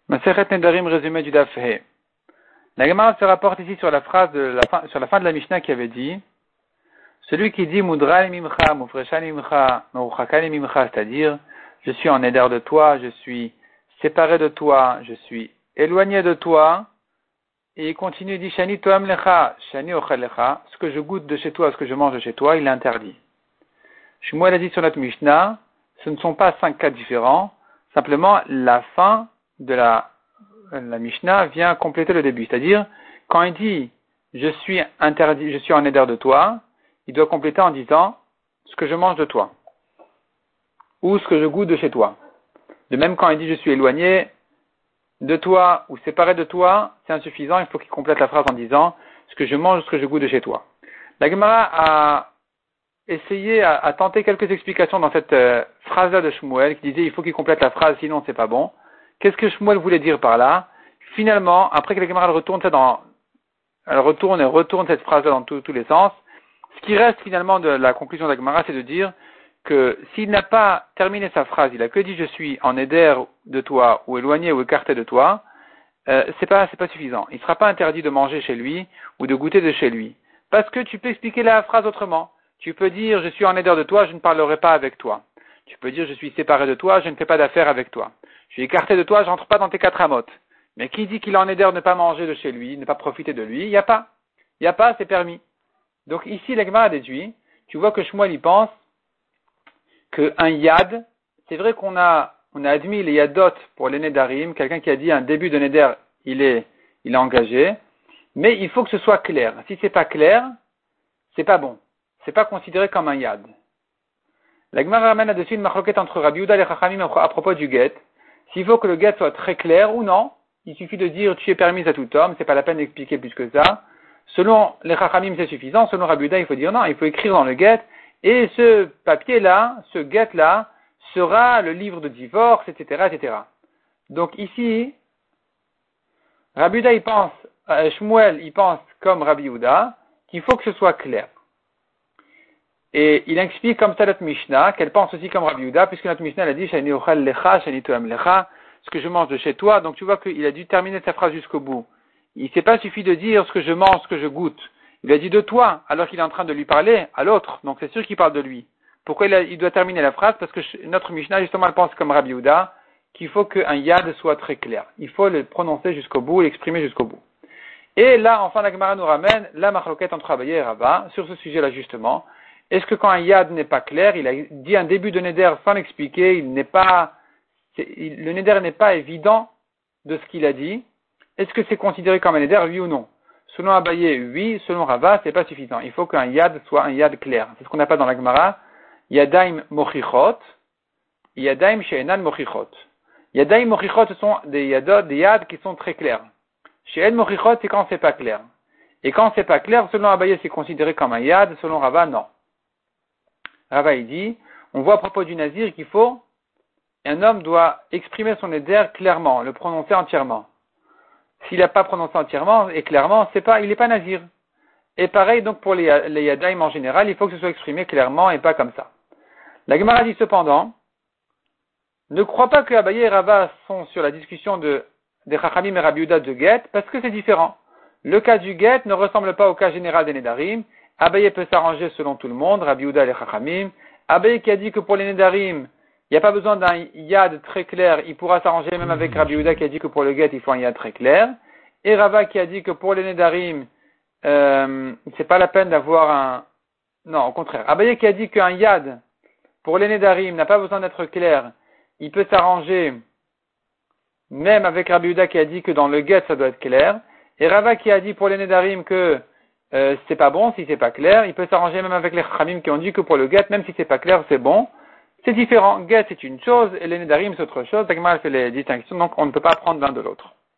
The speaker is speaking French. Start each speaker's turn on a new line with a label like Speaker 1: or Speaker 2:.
Speaker 1: Masechet Nedarim, résumé du Daf He. La Gemara se rapporte ici sur la phrase sur la fin de la Mishnah qui avait dit celui qui dit Mudrali mimcha, Mufreshani mimcha, Meruchakani mimcha, c'est-à-dire je suis en éder de toi, je suis séparé de toi, je suis éloigné de toi, et il continue, il dit Shani toam lecha, Shani ochel lecha, ce que je goûte de chez toi, ce que je mange de chez toi, il est interdit. Shmuel a dit sur notre Mishnah, ce ne sont pas 5 cas différents, simplement la fin de la Mishnah vient compléter le début. C'est-à-dire, quand il dit je suis interdit, je suis en éder de toi, il doit compléter en disant ce que je mange de toi, ou ce que je goûte de chez toi. De même, quand il dit je suis éloigné de toi ou séparé de toi, c'est insuffisant, il faut qu'il complète la phrase en disant ce que je mange, ce que je goûte de chez toi. La Gemara a essayé, a tenté quelques explications dans cette phrase-là de Shmuel, qui disait il faut qu'il complète la phrase, sinon c'est pas bon. Qu'est-ce que Shmuel voulait dire par là? Finalement, après que la Gemara elle retourne cette phrase-là dans tous les sens, ce qui reste finalement de la conclusion de la Gemara, c'est de dire que s'il n'a pas terminé sa phrase, il a que dit je suis en éder de toi, ou éloigné ou écarté de toi, c'est pas suffisant. Il ne sera pas interdit de manger chez lui, ou de goûter de chez lui. Parce que tu peux expliquer la phrase autrement. Tu peux dire je suis en éder de toi, je ne parlerai pas avec toi. Tu peux dire je suis séparé de toi, je ne fais pas d'affaires avec toi. Je suis écarté de toi, je rentre pas dans tes 4 amotes. Mais qui dit qu'il est en éder de ne pas manger de chez lui, ne pas profiter de lui, il n'y a pas. Il n'y a pas, c'est permis. Donc ici, la Gemara a déduit, tu vois que Shmuel y pense qu'un yad, c'est vrai qu'on a admis les yadot pour les nedarim, quelqu'un qui a dit un début de neder, il est engagé, mais il faut que ce soit clair. Si c'est pas clair, c'est pas bon. C'est pas considéré comme un yad. La Gemara ramène là-dessus une machloket entre Rabbi Yehuda et les Chachamim à propos du get. S'il faut que le get soit très clair ou non, il suffit de dire tu es permis à tout homme, c'est pas la peine d'expliquer plus que ça. Selon les Chachamim, c'est suffisant. Selon Rabbi Yehuda, il faut dire non, il faut écrire dans le get. Et ce papier-là, ce get-là, sera le livre de divorce, etc., etc. Donc ici, Rabbi Yehuda, Shmuel, il pense comme Rabbi Yehuda, qu'il faut que ce soit clair. Et il explique comme ça notre Mishnah, qu'elle pense aussi comme Rabbi Yehuda, puisque notre Mishnah, elle a dit, Shani ochel lecha, Shani toam lecha, ce que je mange de chez toi. Donc tu vois qu'il a dû terminer sa phrase jusqu'au bout. Il s'est pas suffi de dire ce que je mange, ce que je goûte. Il a dit de toi, alors qu'il est en train de lui parler à l'autre. Donc c'est sûr qu'il parle de lui. Pourquoi il doit terminer la phrase? Parce que notre Mishnah, justement, elle pense comme Rabbi Yehuda, qu'il faut qu'un yad soit très clair. Il faut le prononcer jusqu'au bout, l'exprimer jusqu'au bout. Et là, enfin, la Gemara nous ramène la machloket entre Abaye et Rava, sur ce sujet-là, justement. Est-ce que quand un yad n'est pas clair, il a dit un début de neder sans l'expliquer, le neder n'est pas évident de ce qu'il a dit, est-ce que c'est considéré comme un neder, oui ou non? Selon Abaye, oui. Selon Rava, c'est pas suffisant. Il faut qu'un yad soit un yad clair. C'est ce qu'on appelle dans la Gemara yadaim mochichot, yadaim she'enan mochichot. Yadaim mochichot, ce sont des yad qui sont très clairs. She'en mochichot, c'est quand c'est pas clair. Et quand c'est pas clair, selon Abaye, c'est considéré comme un yad. Selon Rava, non. Rava, il dit, on voit à propos du nazir un homme doit exprimer son éder clairement, le prononcer entièrement. S'il n'a pas prononcé entièrement et clairement, il n'est pas nazir. Et pareil, donc, pour les yadaim en général, il faut que ce soit exprimé clairement et pas comme ça. La Gemara dit cependant, ne crois pas que Abaye et Rava sont sur la discussion des Chachamim et Rabbi Yehuda de get, parce que c'est différent. Le cas du get ne ressemble pas au cas général des nedarim. Abaye peut s'arranger selon tout le monde, Rabbi Yehuda et les Chachamim. Abaye qui a dit que pour les nedarim, il n'y a pas besoin d'un yad très clair, il pourra s'arranger même avec Rabbi Yehuda qui a dit que pour le get, il faut un yad très clair. Et Rava qui a dit que pour les nedarim, c'est pas la peine d'avoir non, au contraire. Abaye qui a dit qu'un yad, pour les nedarim, n'a pas besoin d'être clair, il peut s'arranger même avec Rabbi Yehuda qui a dit que dans le get, ça doit être clair. Et Rava qui a dit pour les nedarim que c'est pas bon si c'est pas clair, il peut s'arranger même avec les chachamim qui ont dit que pour le get, même si c'est pas clair, c'est bon. C'est différent. Get, c'est une chose, et les nedarim, c'est autre chose. La Gemara fait les distinctions, donc on ne peut pas prendre l'un de l'autre.